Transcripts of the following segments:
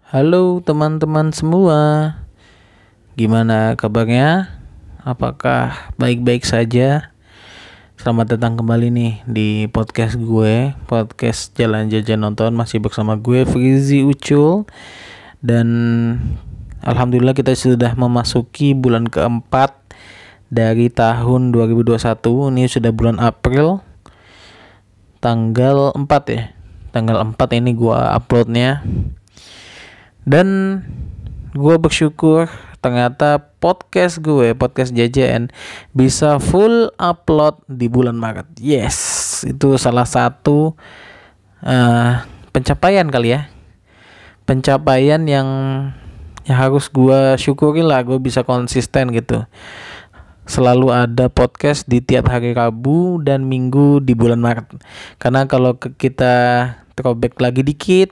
Halo teman-teman semua, gimana kabarnya? Apakah baik-baik saja? Selamat datang kembali nih di podcast gue, podcast Jalan Jajan Nonton. Masih bersama gue, Frizi Ucul. Dan alhamdulillah kita sudah memasuki bulan keempat dari tahun 2021. Ini sudah bulan April, tanggal 4 ya. Tanggal 4 ini gue uploadnya. Dan gue bersyukur ternyata podcast JJN bisa full upload di bulan Maret. Yes, itu salah satu pencapaian kali ya. Pencapaian yang harus gue syukuri lah, gue bisa konsisten gitu. Selalu ada podcast di tiap hari Rabu dan Minggu di bulan Maret. Karena kalau kita throwback lagi dikit,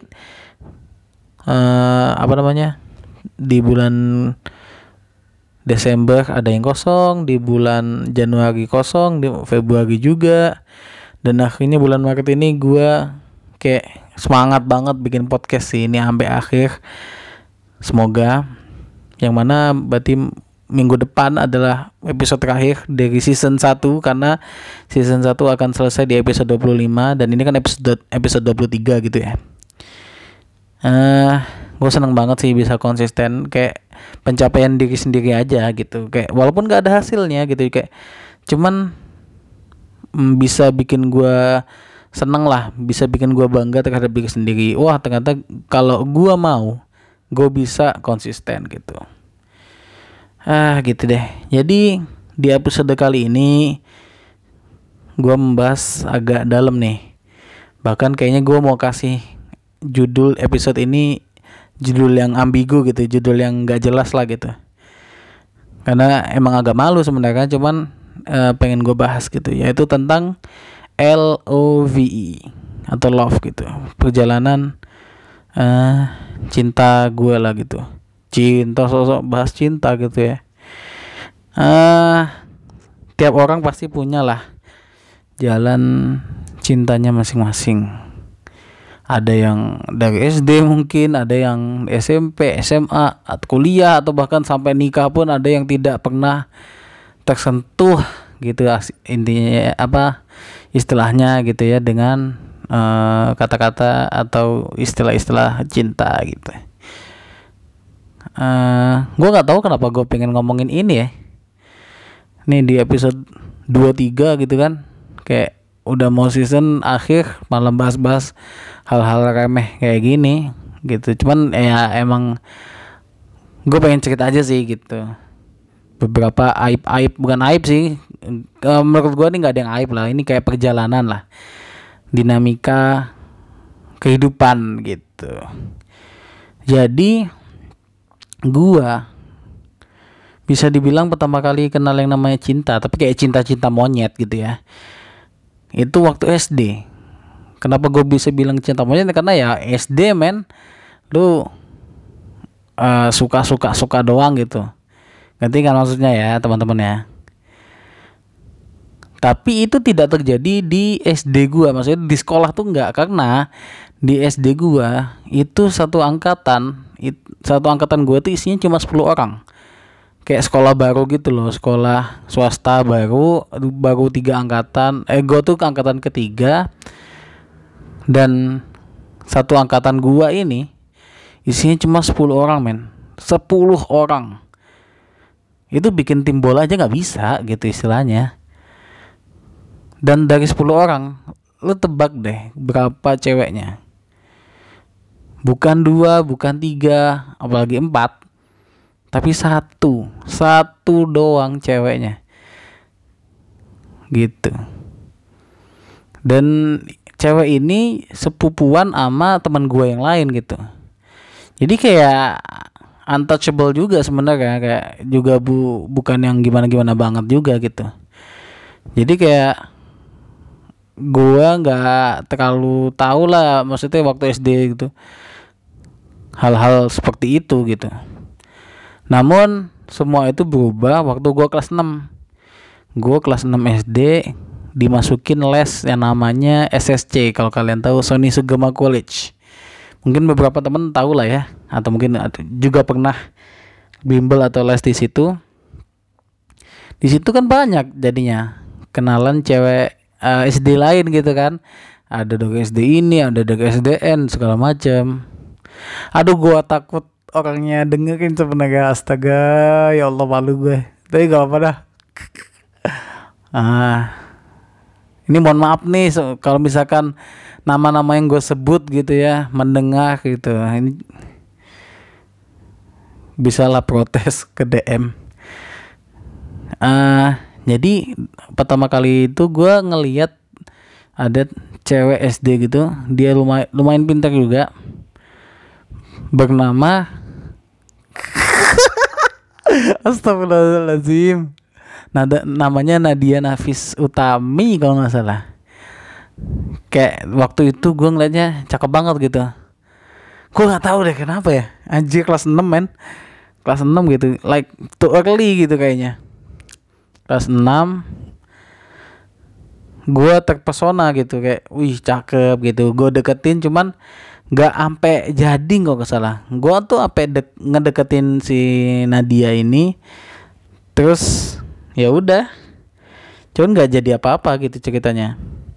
di bulan Desember ada yang kosong, di bulan Januari kosong, di Februari juga, dan akhirnya bulan Maret ini gue kayak semangat banget bikin podcast sih ini sampai akhir. Semoga yang mana berarti minggu depan adalah episode terakhir dari season 1, karena season 1 akan selesai di episode 25 dan ini kan episode 23 gitu ya. Gue seneng banget sih bisa konsisten, kayak pencapaian diri sendiri aja gitu, kayak walaupun gak ada hasilnya gitu, kayak cuman bisa bikin gue seneng lah, bisa bikin gue bangga terhadap diri sendiri. Wah, ternyata kalau gue mau, gue bisa konsisten gitu. Gitu deh. Jadi di episode kali ini gue membahas agak dalam nih, bahkan kayaknya gue mau kasih judul episode ini judul yang ambigu gitu, judul yang gak jelas lah gitu, karena emang agak malu sebenarnya, cuman pengen gue bahas gitu, yaitu tentang LOVE atau love gitu, perjalanan cinta gue lah gitu, cinta, sosok bahas cinta gitu ya. Tiap orang pasti punya lah jalan cintanya masing-masing. Ada yang dari SD mungkin, ada yang SMP, SMA, atau kuliah, atau bahkan sampai nikah pun ada yang tidak pernah tersentuh gitu, intinya istilahnya gitu ya, dengan kata-kata atau istilah-istilah cinta gitu. Gue nggak tahu kenapa gue pengen ngomongin ini ya. Nih di episode 23 gitu kan, kayak udah mau season akhir malah bahas-bahas hal-hal remeh kayak gini gitu. Cuman ya emang gue pengen cerita aja sih gitu, beberapa aib, bukan aib sih, menurut gue nih nggak ada yang aib lah, ini kayak perjalanan lah, dinamika kehidupan gitu. Jadi gue bisa dibilang pertama kali kenal yang namanya cinta, tapi kayak cinta-cinta monyet gitu ya, itu waktu SD. Kenapa gue bisa bilang cinta monyet? Karena ya SD lu suka doang gitu. Ngerti kan maksudnya ya teman-teman ya. Tapi itu tidak terjadi di SD gue, maksudnya di sekolah tuh enggak, karena di SD gue itu satu angkatan gue tuh isinya cuma 10 orang. Kayak sekolah baru gitu loh, sekolah swasta baru 3 angkatan. Gue tuh angkatan ketiga, dan satu angkatan gua ini isinya cuma 10 orang 10 orang. Itu bikin tim bola aja gak bisa gitu istilahnya. Dan dari 10 orang, lu tebak deh berapa ceweknya. Bukan 2, bukan 3, apalagi 4, tapi satu doang ceweknya gitu. Dan cewek ini sepupuan sama teman gue yang lain gitu. Jadi kayak untouchable juga sebenarnya, kayak juga bukan yang gimana banget juga gitu. Jadi kayak gue nggak terlalu tahu lah, maksudnya waktu SD gitu hal-hal seperti itu gitu. Namun semua itu berubah waktu gue kelas 6. Gue kelas 6 SD dimasukin les yang namanya SSC, kalau kalian tahu, Sony Sugama College. Mungkin beberapa temen tahu lah ya, atau mungkin juga pernah bimbel atau les di situ. Di situ kan banyak jadinya kenalan cewek SD lain gitu kan. Ada dok SD ini, ada dok SDN segala macam. Aduh, gua takut orangnya dengerin sebenarnya. Astaga, ya Allah, malu gue. Tapi gak apa-apa dah. Ini mohon maaf nih kalau misalkan nama-nama yang gue sebut gitu ya mendengar gitu. Ini bisalah protes ke DM. Jadi pertama kali itu gue ngeliat ada cewek SD gitu, dia lumayan pintar juga, bernama Astagfirullahaladzim. Namanya Nadia Nafis Utami kalau nggak salah. Kayak waktu itu gue ngeliatnya cakep banget gitu. Gue nggak tahu deh kenapa ya. Anjir, kelas 6 men. Kelas 6 gitu. Like too early gitu kayaknya. Kelas 6 gue terpesona gitu, kayak wih cakep gitu. Gue deketin cuman nggak ampe jadi, nggak salah. Gue tuh ampe ngedeketin si Nadia ini, terus ya udah, cuman nggak jadi apa-apa gitu ceritanya.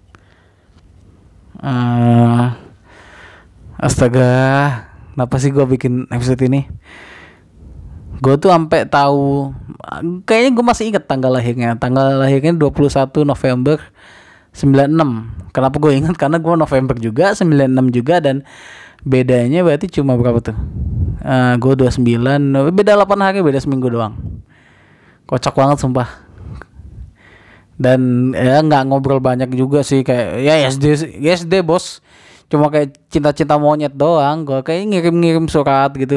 Astaga, kenapa sih gue bikin episode ini? Gue tuh sampai tahu, kayaknya gue masih ingat tanggal lahirnya. Tanggal lahirnya 21 November 96. Kenapa gue ingat? Karena gue November juga, 96 juga, dan bedanya berarti cuma berapa tuh? Gue 29, beda 8 hari, beda seminggu doang. Kocak banget sumpah. Dan ya nggak ngobrol banyak juga sih, kayak ya SD bos. Cuma kayak cinta-cinta monyet doang. Gue kayak ngirim-ngirim surat gitu.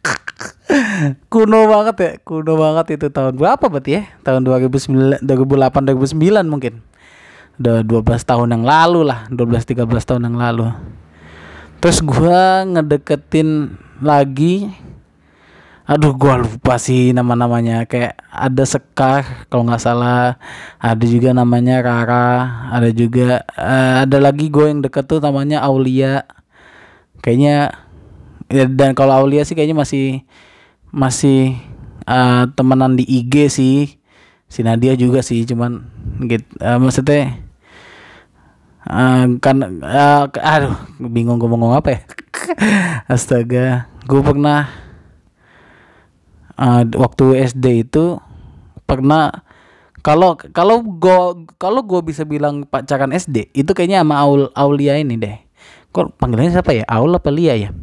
Kuno banget itu. Tahun berapa berarti ya? Tahun 2009, 2008, 2009 mungkin. Udah 12 tahun yang lalu lah, 12-13 tahun yang lalu. Terus gua ngedeketin lagi. Aduh, gua lupa sih nama-namanya. Kayak ada Sekar kalau nggak salah. Ada juga namanya Rara. Ada juga ada lagi gue yang deket tuh namanya Aulia. Kayaknya ya, dan kalau Aulia sih kayaknya masih temenan di IG sih. Si Nadia juga sih, cuman gitu, maksudnya aduh, bingung gue ngomong apa ya. Astaga, gue pernah waktu SD itu pernah, kalau gue bisa bilang pacaran SD itu kayaknya sama Aulia ini deh. Kok panggilannya siapa ya? Aul apa Lia ya?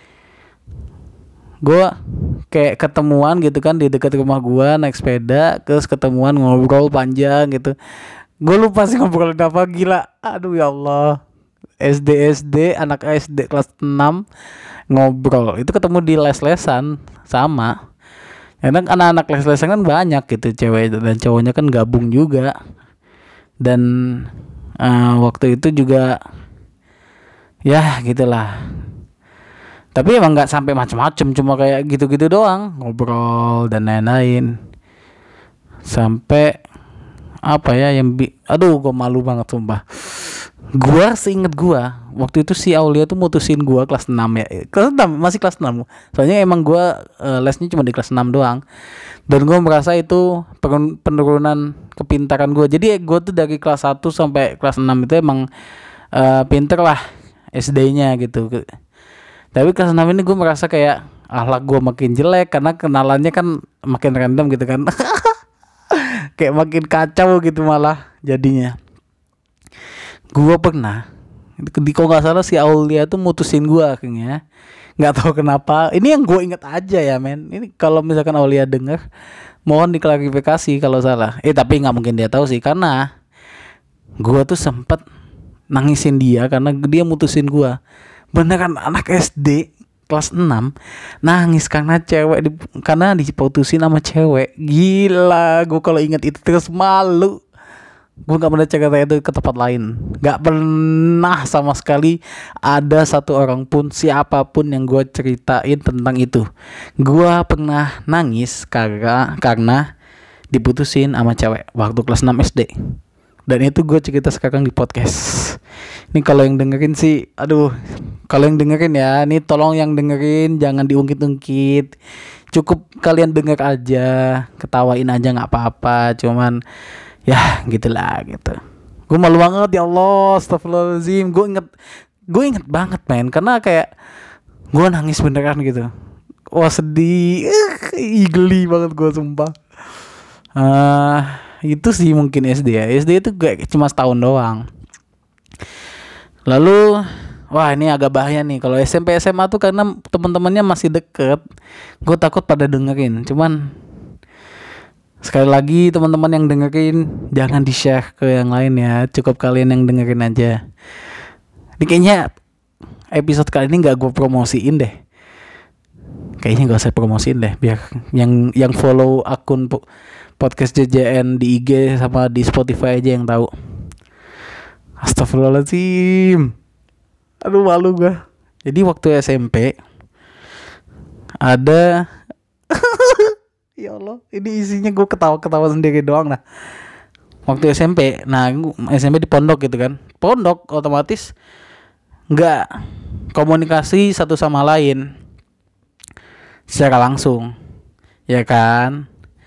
Gue kayak ketemuan gitu kan di dekat rumah gue, naik sepeda, terus ketemuan ngobrol panjang gitu. Gue lupa sih ngobrol apa, gila. Aduh ya Allah. SD anak SD kelas 6 ngobrol. Itu ketemu di les-lesan sama. Karena anak-anak les-lesan kan banyak gitu, cewek dan cowoknya kan gabung juga. Dan waktu itu juga ya gitulah. Tapi emang nggak sampai macem-macem, cuma kayak gitu-gitu doang, ngobrol dan lain-lain. Sampai apa ya yang aduh, gue malu banget sumpah. Gua seinget gua waktu itu si Aulia tuh mutusin gua kelas 6 ya. Kelas 6, masih kelas 6. Soalnya emang gua lesnya cuma di kelas 6 doang. Dan gua merasa itu penurunan kepintaran gua. Jadi gua tuh dari kelas 1 sampai kelas 6 itu emang pinter lah SD-nya gitu. Tapi kelas 6 ini gue merasa kayak akhlak gue makin jelek karena kenalannya kan makin random gitu kan. Kayak makin kacau gitu malah jadinya. Gue pernah, kok nggak salah si Aulia tuh mutusin gue akhirnya. Nggak tahu kenapa. Ini yang gue inget aja ya men. Ini kalau misalkan Aulia denger, mohon diklarifikasi kalau salah. Tapi nggak mungkin dia tahu sih, karena gue tuh sempet nangisin dia karena dia mutusin gue. Beneran anak SD kelas 6 nangis karena karena diputusin sama cewek. Gila, gue kalau ingat itu terus malu. Gue gak pernah cerita itu ke tempat lain. Gak pernah sama sekali ada satu orang pun, siapapun yang gue ceritain tentang itu. Gue pernah nangis karena diputusin sama cewek waktu kelas 6 SD. Dan itu gue cerita sekarang di podcast. Ini kalau yang dengerin sih, aduh, Kalau yang dengerin ya, nih tolong yang dengerin jangan diungkit-ungkit. Cukup kalian denger aja, ketawain aja nggak apa-apa. Cuman ya gitulah gitu. Gue malu banget ya Allah, astagfirullahaladzim. Gue inget banget men, karena kayak gue nangis beneran gitu. Wah sedih, geli banget gue sumpah. Itu sih mungkin SD ya. SD itu kayak cuma setahun doang. Lalu wah ini agak bahaya nih kalau SMP SMA tuh, karena teman-temannya masih deket. Gue takut pada dengerin. Cuman sekali lagi teman-teman yang dengerin jangan di-share ke yang lain ya. Cukup kalian yang dengerin aja. Ini kayaknya episode kali ini gak gue promosiin deh. Kayaknya gak usah promosiin deh, biar yang follow akun podcast JJN di IG sama di Spotify aja yang tahu. Astagfirullahaladzim. Aduh malu gue. Jadi waktu SMP ada ya Allah, ini isinya gue ketawa-ketawa sendiri doang lah. Waktu SMP, nah SMP di pondok gitu kan. Pondok otomatis nggak komunikasi satu sama lain secara langsung, ya kan?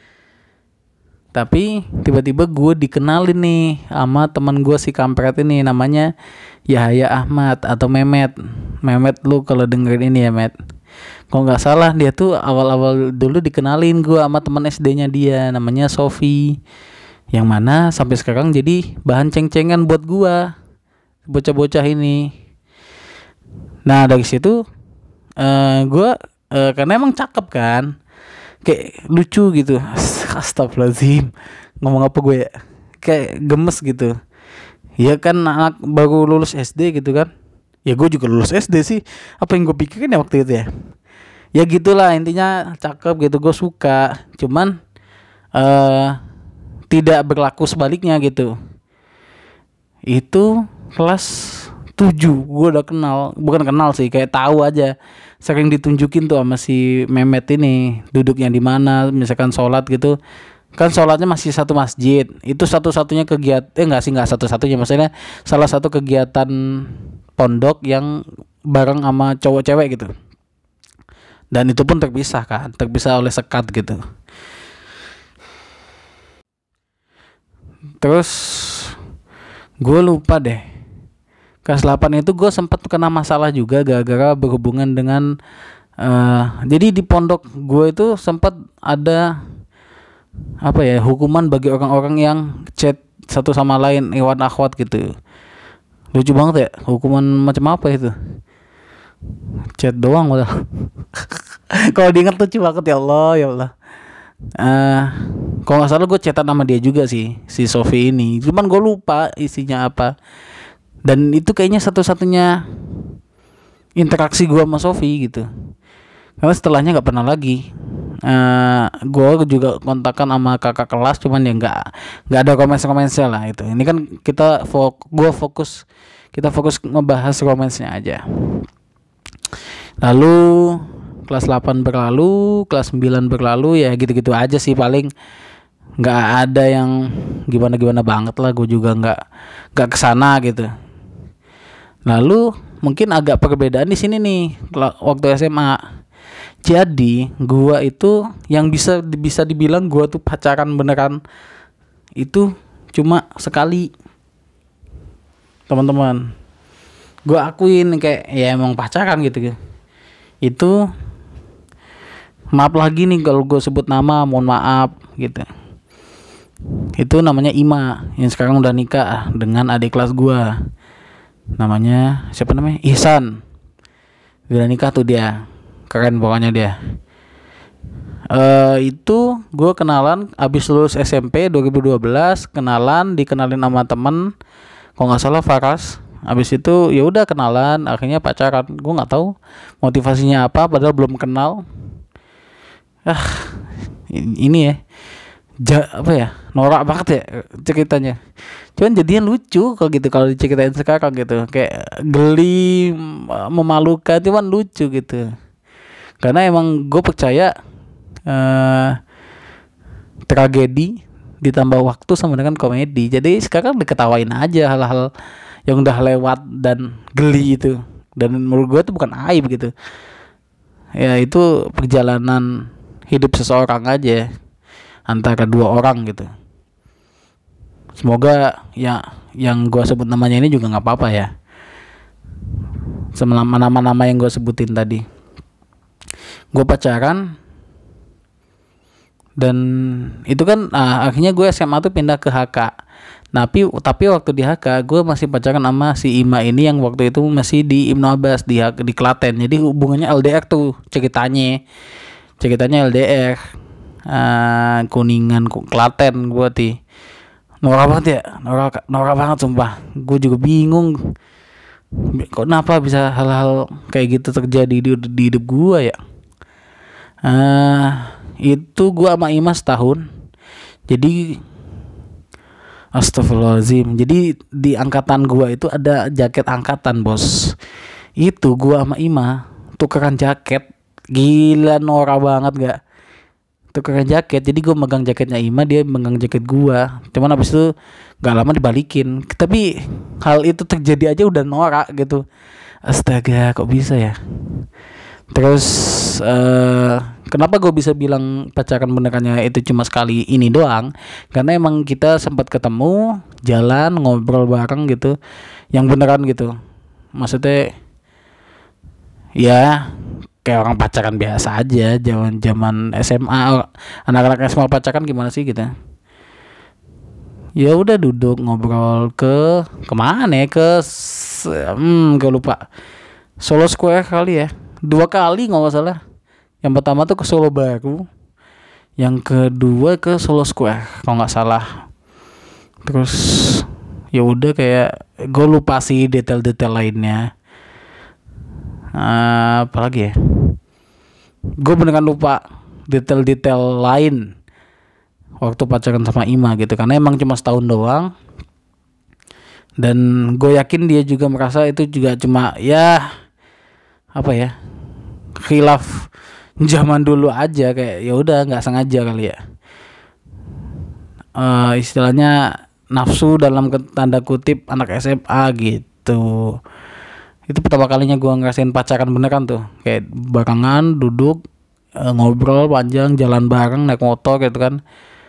Tapi tiba-tiba gue dikenalin nih sama teman gue si kampret ini, namanya Yahya Ahmad atau Mehmet. Mehmet, lu kalau dengerin ini ya Met. Kalau nggak salah dia tuh awal-awal dulu dikenalin gue sama teman SD-nya dia, namanya Sofi. Yang mana sampai sekarang jadi bahan ceng-cengan buat gue, bocah-bocah ini. Nah dari situ gue karena emang cakep kan, kayak lucu gitu. Astagfirullahaladzim, ngomong apa gue ya, kayak gemes gitu. Ya kan anak baru lulus SD gitu kan. Ya gue juga lulus SD sih, apa yang gue pikirin ya waktu itu ya. Ya gitulah intinya, cakep gitu, gue suka. Cuman tidak berlaku sebaliknya gitu. Itu kelas 7 gue udah kenal, bukan kenal sih, kayak tahu aja. Sering ditunjukin tuh sama si Mehmet ini duduknya di mana, misalkan sholat gitu. Kan sholatnya masih satu masjid. Itu satu-satunya kegiatan, enggak satu-satunya, maksudnya salah satu kegiatan pondok yang bareng sama cowok cewek gitu. Dan itu pun terpisah kan, terpisah oleh sekat gitu. Terus gue lupa deh, kelas 8 itu gue sempat kena masalah juga gara-gara berhubungan dengan jadi di pondok gue itu sempat ada apa ya, hukuman bagi orang-orang yang chat satu sama lain ikhwan akhwat gitu. Lucu banget ya, hukuman macam apa itu? Chat doang udah. Kalau diingat lucu banget ya Allah, ya Allah. Kalau nggak salah gue chatan sama dia juga sih, si Sofi ini. Cuman gue lupa isinya apa. Dan itu kayaknya satu-satunya interaksi gue sama Sofi gitu. Karena setelahnya nggak pernah lagi. Gue juga kontakkan sama kakak kelas, cuman ya nggak ada romance-romansnya lah itu. Ini kan kita fokus ngebahas romansnya aja. Lalu kelas 8 berlalu, kelas 9 berlalu, ya gitu-gitu aja sih, paling nggak ada yang gimana-gimana banget lah. Gue juga nggak kesana gitu. Lalu mungkin agak perbedaan di sini nih waktu SMA. Jadi gua itu yang bisa dibilang gua tuh pacaran beneran itu cuma sekali, teman-teman. Gua akuin kayak ya emang pacaran gitu. Itu maaf lagi nih kalau gue sebut nama, mohon maaf gitu. Itu namanya Ima, yang sekarang udah nikah dengan adik kelas gua. Namanya siapa namanya? Ihsan. Udah nikah tuh dia. Keren pokoknya dia. Itu gue kenalan abis lulus SMP 2012, dikenalin sama temen, kalau nggak salah Faras. Abis itu ya udah kenalan, akhirnya pacaran. Gue nggak tahu motivasinya apa, padahal belum kenal. Ini ya, apa ya, norak banget ya ceritanya. Cuman jadinya lucu kalau gitu, kalau diceritain sekarang gitu, kayak geli, memalukan, cuman lucu gitu. Karena emang gue percaya tragedi ditambah waktu sama dengan komedi. Jadi sekarang diketawain aja hal-hal yang udah lewat dan geli itu. dan menurut gue itu bukan aib gitu ya, itu perjalanan hidup seseorang aja antara dua orang gitu. Semoga ya yang gue sebut namanya ini juga nggak apa-apa ya, sama nama-nama yang gue sebutin tadi. Gue pacaran dan itu kan akhirnya gue SMA tuh pindah ke HK. Tapi waktu di HK gue masih pacaran sama si Ima ini yang waktu itu masih di Ibnu Abbas di Klaten. Jadi hubungannya LDR tuh ceritanya LDR. Kuningan Klaten gue norak banget ya, norak banget sumpah. Gue juga bingung kok kenapa bisa hal-hal kayak gitu terjadi di hidup gue ya. Itu gue sama Ima setahun. Jadi astagfirullahaladzim, jadi di angkatan gue itu ada jaket angkatan bos. Itu gue sama Ima tukeran jaket. Gila norak banget gak, tukeran jaket. Jadi gue megang jaketnya Ima, dia megang jaket gue. Cuman abis itu gak lama dibalikin. Tapi hal itu terjadi aja udah norak gitu. Astaga, kok bisa ya. Terus kenapa gue bisa bilang pacaran benerannya itu cuma sekali ini doang, karena emang kita sempat ketemu, jalan, ngobrol bareng gitu, yang beneran gitu. Maksudnya ya kayak orang pacaran biasa aja, zaman SMA. Anak-anak SMA pacaran gimana sih gitu. Ya udah duduk ngobrol kemana ya, gue lupa, Solo Square kali ya, 2 kali nggak salah. Yang pertama tuh ke Solo Baru, yang kedua ke Solo Square kalau nggak salah. Terus ya udah kayak gue lupa sih detail-detail lainnya. Apalagi ya, gue beneran lupa detail-detail lain waktu pacaran sama Ima gitu, karena emang cuma setahun doang. Dan gue yakin dia juga merasa itu juga cuma ya apa ya, khilaf zaman dulu aja, kayak ya udah nggak sengaja kali ya. Istilahnya nafsu dalam tanda kutip anak SMA gitu. Itu pertama kalinya gue ngerasain pacaran beneran tuh, kayak barengan duduk ngobrol panjang, jalan bareng, naik motor gitu kan.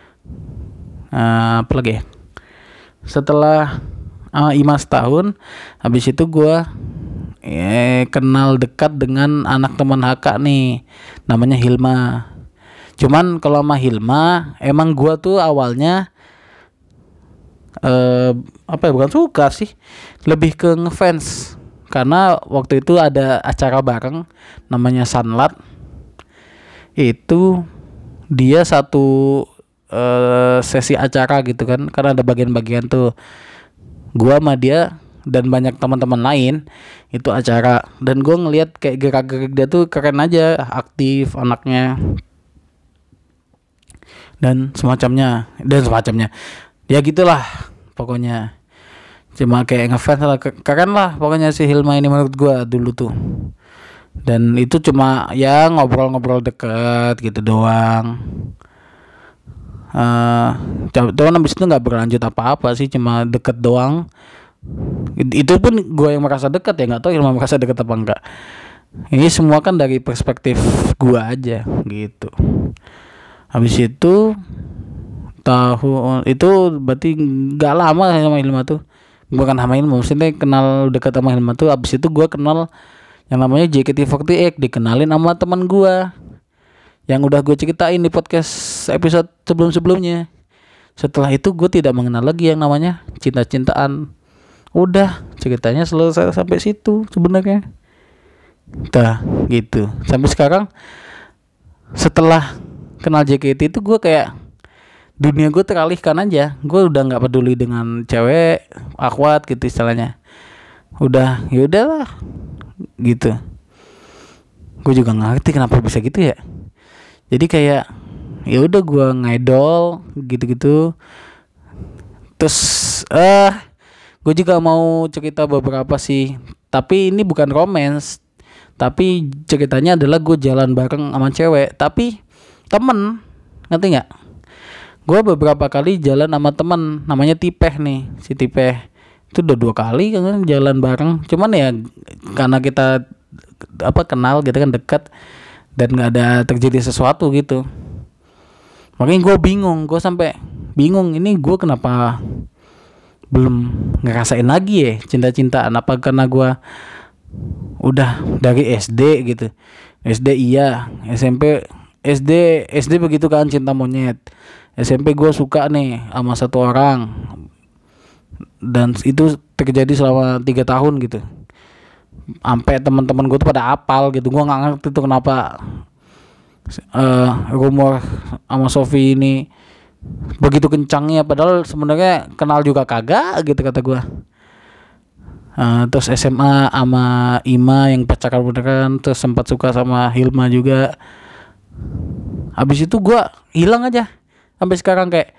Apalagi ya, setelah Ima setahun, habis itu gue kenal dekat dengan anak teman HK nih, namanya Hilma. Cuman kalau sama Hilma emang gue tuh awalnya bukan suka sih, lebih ke ngefans, karena waktu itu ada acara bareng namanya Sunlat. Itu dia satu sesi acara gitu kan, karena ada bagian-bagian tuh gua sama dia dan banyak teman-teman lain itu acara, dan gue ngelihat kayak gerak-gerik dia tuh keren aja, aktif anaknya dan semacamnya ya gitulah pokoknya. Cuma kayak ngefans lah, keren lah pokoknya si Hilma ini menurut gue dulu tuh. Dan itu cuma ya ngobrol-ngobrol deket gitu doang. Cuman abis itu nggak berlanjut apa-apa sih, cuma deket doang. Itu pun gue yang merasa dekat ya, nggak tahu Hilma merasa dekat apa enggak. Ini semua kan dari perspektif gue aja gitu. Habis itu tahun itu berarti nggak lama sama Hilma tuh. Bukan sama Hilma, maksudnya kenal dekat sama Hilma tuh. Habis itu gue kenal yang namanya JKT48, dikenalin sama teman gue yang udah gue ceritain di podcast episode sebelum-sebelumnya. Setelah itu gue tidak mengenal lagi yang namanya cinta-cintaan. Udah, ceritanya selesai sampai situ sebenarnya. Gitu. Sampai sekarang setelah kenal JKT itu gue kayak dunia gue teralihkan aja. Gue udah nggak peduli dengan cewek, akhwat gitu istilahnya. Udah, ya udahlah gitu. Gue juga nggak ngerti kenapa bisa gitu ya. Jadi kayak ya udah gue ngidol gitu-gitu. Terus gue juga mau cerita beberapa sih, tapi ini bukan romance. Tapi ceritanya adalah gue jalan bareng sama cewek, tapi temen, ngerti nggak? Gue beberapa kali jalan sama temen, namanya Tipeh nih, si Tipeh. Itu udah 2 kali kan jalan bareng. Cuman ya karena kita kenal gitu kan, dekat, dan nggak ada terjadi sesuatu gitu. Makanya gue bingung, gue sampai bingung ini gue kenapa belum ngerasain lagi ya cinta-cintaan. Apa karena gue udah dari SD gitu, SD iya, SD begitu kan, cinta monyet. SMP gue suka nih sama satu orang, dan itu terjadi selama 3 tahun gitu. Sampai teman-teman gue tuh pada apal gitu. Gue nggak ngerti tuh kenapa rumor sama Sofi ini begitu kencangnya, padahal sebenarnya kenal juga kagak gitu kata gue. Terus SMA sama Ima yang pacaran beneran, terus sempat suka sama Hilma juga. Habis itu gue hilang aja sampai sekarang, kayak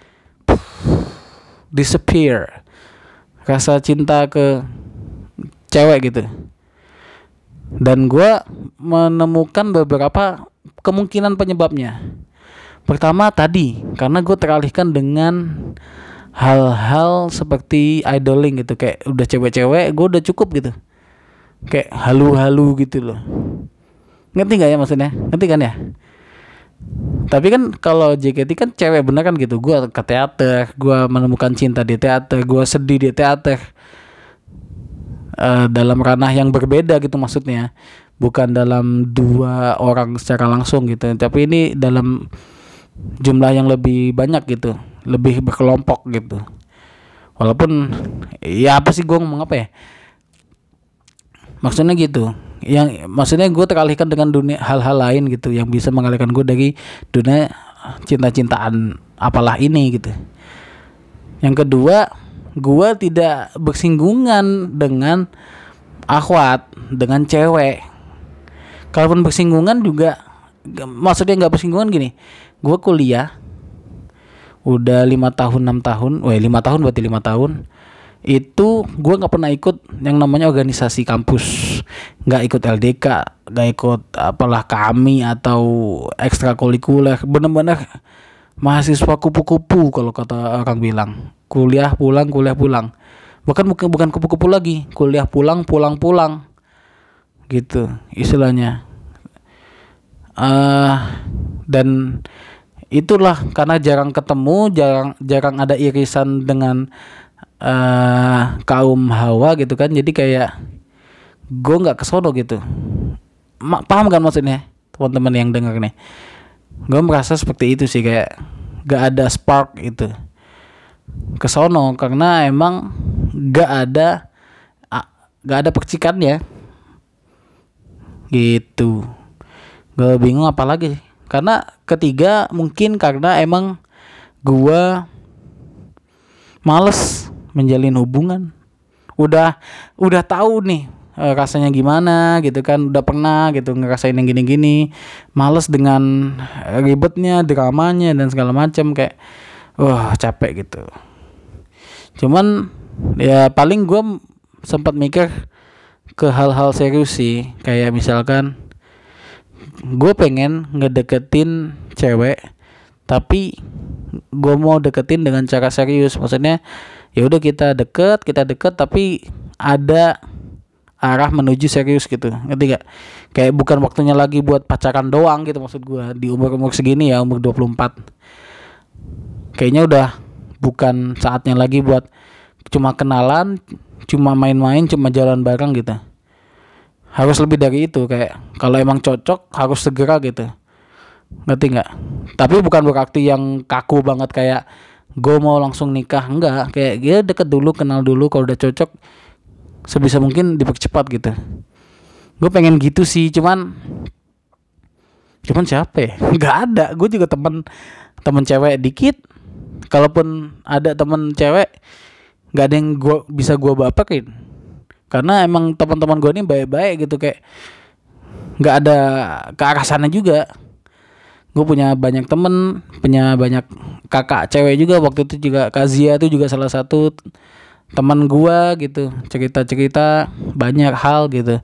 disappear rasa cinta ke cewek gitu. Dan gue menemukan beberapa kemungkinan penyebabnya. Pertama tadi, karena gue teralihkan dengan hal-hal seperti idoling gitu, kayak udah cewek-cewek gue udah cukup gitu, kayak halu-halu gitu loh. Ngerti gak ya maksudnya? Ngerti kan ya? Tapi kan kalau JKT kan cewek bener kan gitu. Gue ke teater, gue menemukan cinta di teater, gue sedih di teater, dalam ranah yang berbeda gitu maksudnya, bukan dalam 2 orang secara langsung gitu, tapi ini dalam jumlah yang lebih banyak gitu, lebih berkelompok gitu. Walaupun ya apa sih gue ngomong apa ya, maksudnya gitu, yang maksudnya gue teralihkan dengan dunia hal-hal lain gitu yang bisa mengalihkan gue dari dunia cinta-cintaan apalah ini gitu. Yang kedua, gue tidak bersinggungan dengan akhwat, dengan cewek. Kalaupun bersinggungan juga, maksudnya nggak bersinggungan gini, gue kuliah udah 5 tahun 6 tahun, 5 tahun berarti 5 tahun itu gue nggak pernah ikut yang namanya organisasi kampus, nggak ikut LDK, nggak ikut apalah kami atau ekstrakurikuler, bener-bener mahasiswa kupu-kupu kalau kata orang bilang, kuliah pulang bukan kupu-kupu lagi, kuliah pulang gitu istilahnya. Dan itulah karena jarang ketemu, jarang ada irisan dengan kaum Hawa gitu kan, jadi kayak gue nggak kesono gitu. Paham kan maksudnya teman-teman yang dengar nih? Gue merasa seperti itu sih, kayak gak ada spark itu kesono karena emang gak ada percikannya gitu. Gue bingung apa lagi. Karena ketiga mungkin karena emang gue males menjalin hubungan. Udah tahu nih rasanya gimana gitu kan, udah pernah gitu ngerasain yang gini-gini, males dengan ribetnya, dramanya dan segala macam, kayak capek gitu. Cuman ya paling gue sempat mikir ke hal-hal serius sih, kayak misalkan gue pengen ngedeketin cewek tapi gue mau deketin dengan cara serius. Maksudnya ya udah kita deket tapi ada arah menuju serius gitu, ngerti gak? Kayak bukan waktunya lagi buat pacaran doang gitu maksud gue di umur segini ya, umur 24. Kayaknya udah bukan saatnya lagi buat cuma kenalan, cuma main-main, cuma jalan bareng gitu. Harus lebih dari itu, kayak kalau emang cocok harus segera gitu, ngerti nggak? Tapi bukan berarti yang kaku banget kayak gue mau langsung nikah, enggak. Kayak dia deket dulu, kenal dulu, kalau udah cocok sebisa mungkin dipercepat gitu. Gue pengen gitu sih, cuman siapa ya? Nggak ada. Gue juga temen cewek dikit. Kalaupun ada temen cewek, nggak ada yang bisa gue baperin. Karena emang teman-teman gue ini baik-baik gitu, kayak nggak ada ke arah sana juga. Gue punya banyak temen, punya banyak kakak cewek juga. Waktu itu juga Kazia itu juga salah satu teman gue gitu, cerita banyak hal gitu.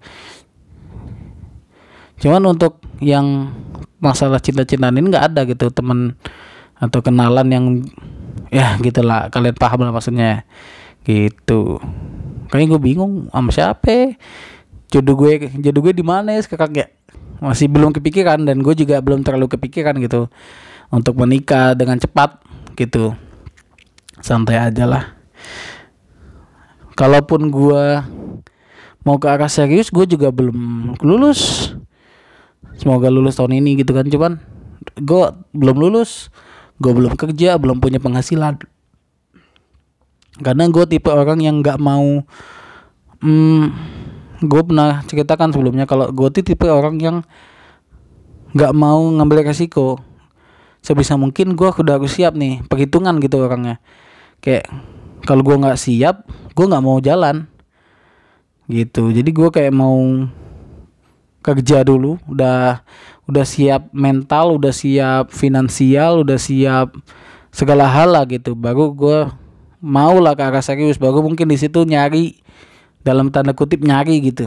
Cuman untuk yang masalah cinta-cintaan ini nggak ada gitu temen atau kenalan yang ya gitulah, kalian paham lah maksudnya gitu. Kayaknya gue bingung sama siapa. Jodoh gue di mana ya sekarang ya? Masih belum kepikiran, dan gue juga belum terlalu kepikiran gitu untuk menikah dengan cepat gitu. Santai aja lah. Kalaupun gue mau ke arah serius, gue juga belum lulus. Semoga lulus tahun ini gitu kan. Cuman gue belum lulus, gue belum kerja, belum punya penghasilan. Karena gue tipe orang yang nggak mau. Gue pernah ceritakan sebelumnya kalau gue tipe orang yang nggak mau ngambil resiko. Sebisa mungkin gue udah harus siap nih, perhitungan gitu orangnya. Kayak kalau gue nggak siap, gue nggak mau jalan gitu. Jadi gue kayak mau kerja dulu, udah siap mental, udah siap finansial, udah siap segala hal lah gitu. Baru gue mau lah ke arah serius. Baru mungkin di situ nyari, dalam tanda kutip nyari gitu,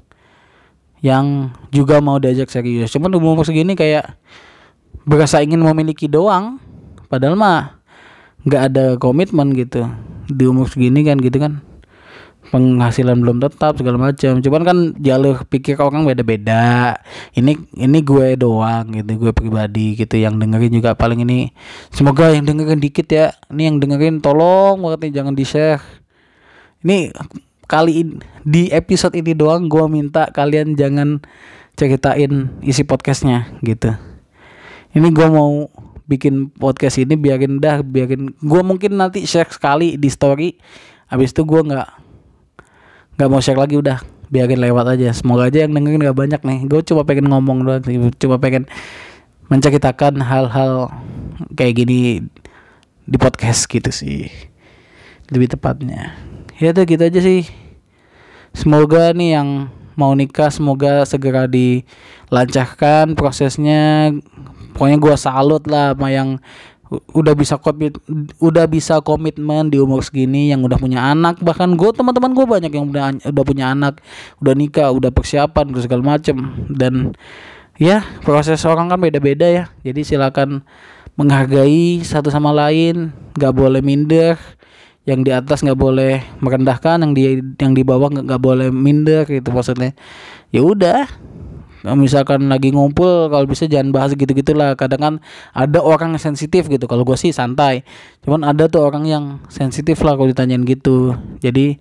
yang juga mau diajak serius. Cuman umur segini kayak berasa ingin memiliki doang, padahal mah nggak ada komitmen gitu di umur segini kan gitu kan. Penghasilan belum tetap segala macam. Cuman kan jalur pikir orang beda-beda. Ini gue doang gitu, gue pribadi gitu. Yang dengerin juga paling ini, semoga yang dengerin dikit ya. Ini yang dengerin tolong banget nih, jangan di-share. Ini kali ini, di episode ini doang gue minta kalian jangan ceritain isi podcastnya gitu. Ini gue mau bikin podcast ini biarin gue mungkin nanti share sekali di story. Habis itu gue nggak mau share lagi, udah biarin lewat aja. Semoga aja yang dengerin gak banyak nih. Gue cuma pengen ngomong doang, cuma pengen menceritakan hal-hal kayak gini di podcast gitu sih, lebih tepatnya. Ya udah gitu aja sih. Semoga nih yang mau nikah, semoga segera dilancarkan prosesnya. Pokoknya gue salut lah sama yang udah bisa komitmen di umur segini, yang udah punya anak. Bahkan gue, teman-teman gue banyak yang udah punya anak, udah nikah, udah persiapan segala macem. Dan ya proses orang kan beda-beda ya. Jadi silakan menghargai satu sama lain, gak boleh minder. Yang di atas nggak boleh merendahkan, yang di bawah nggak boleh minder gitu maksudnya. Ya udah, misalkan lagi ngumpul, kalau bisa jangan bahas gitu-gitulah. Kadang kan ada orang yang sensitif gitu. Kalau gue sih santai, cuman ada tuh orang yang sensitif lah kalau ditanyain gitu. Jadi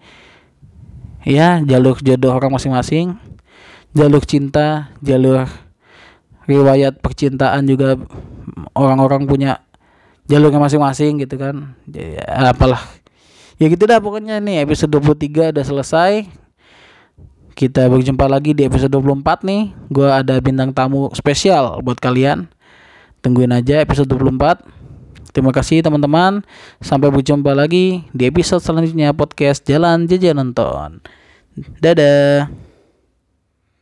ya jalur jodoh orang masing-masing, jalur cinta, jalur riwayat percintaan juga orang-orang punya jalurnya masing-masing gitu kan. Jadi, apalah. Ya gitu dah pokoknya. Nih episode 23 udah selesai. Kita berjumpa lagi di episode 24 nih. Gue ada bintang tamu spesial buat kalian. Tungguin aja episode 24. Terima kasih teman-teman. Sampai berjumpa lagi di episode selanjutnya podcast Jalan Jajan Nonton. Dadah.